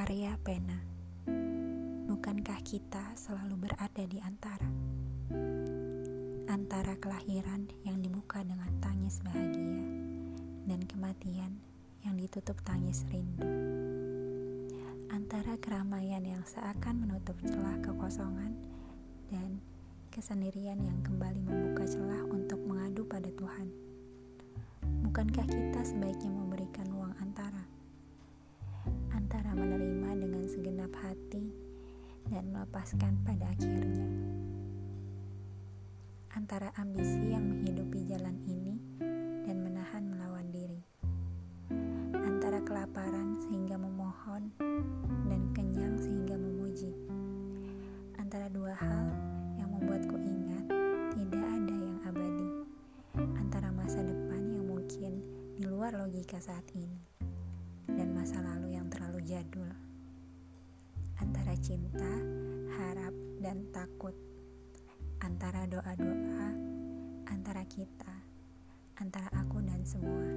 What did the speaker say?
Karya pena. Bukankah kita selalu berada di antara kelahiran yang dibuka dengan tangis bahagia dan kematian yang ditutup tangis rindu, antara keramaian yang seakan menutup celah kekosongan dan kesendirian yang kembali membuka celah untuk mengadu pada Tuhan. Bukankah kita sebaiknya memberikan ruang antara menerima dengan segenap hati dan melepaskan pada akhirnya, antara ambisi yang menghidupi jalan ini dan menahan melawan diri, antara kelaparan sehingga memohon dan kenyang sehingga memuji, antara dua hal yang membuatku ingat tidak ada yang abadi, antara masa depan yang mungkin di luar logika saat ini dan masa lalu yang terlalu jadul, antara cinta, harap, dan takut, antara doa-doa, antara kita, antara aku dan semua.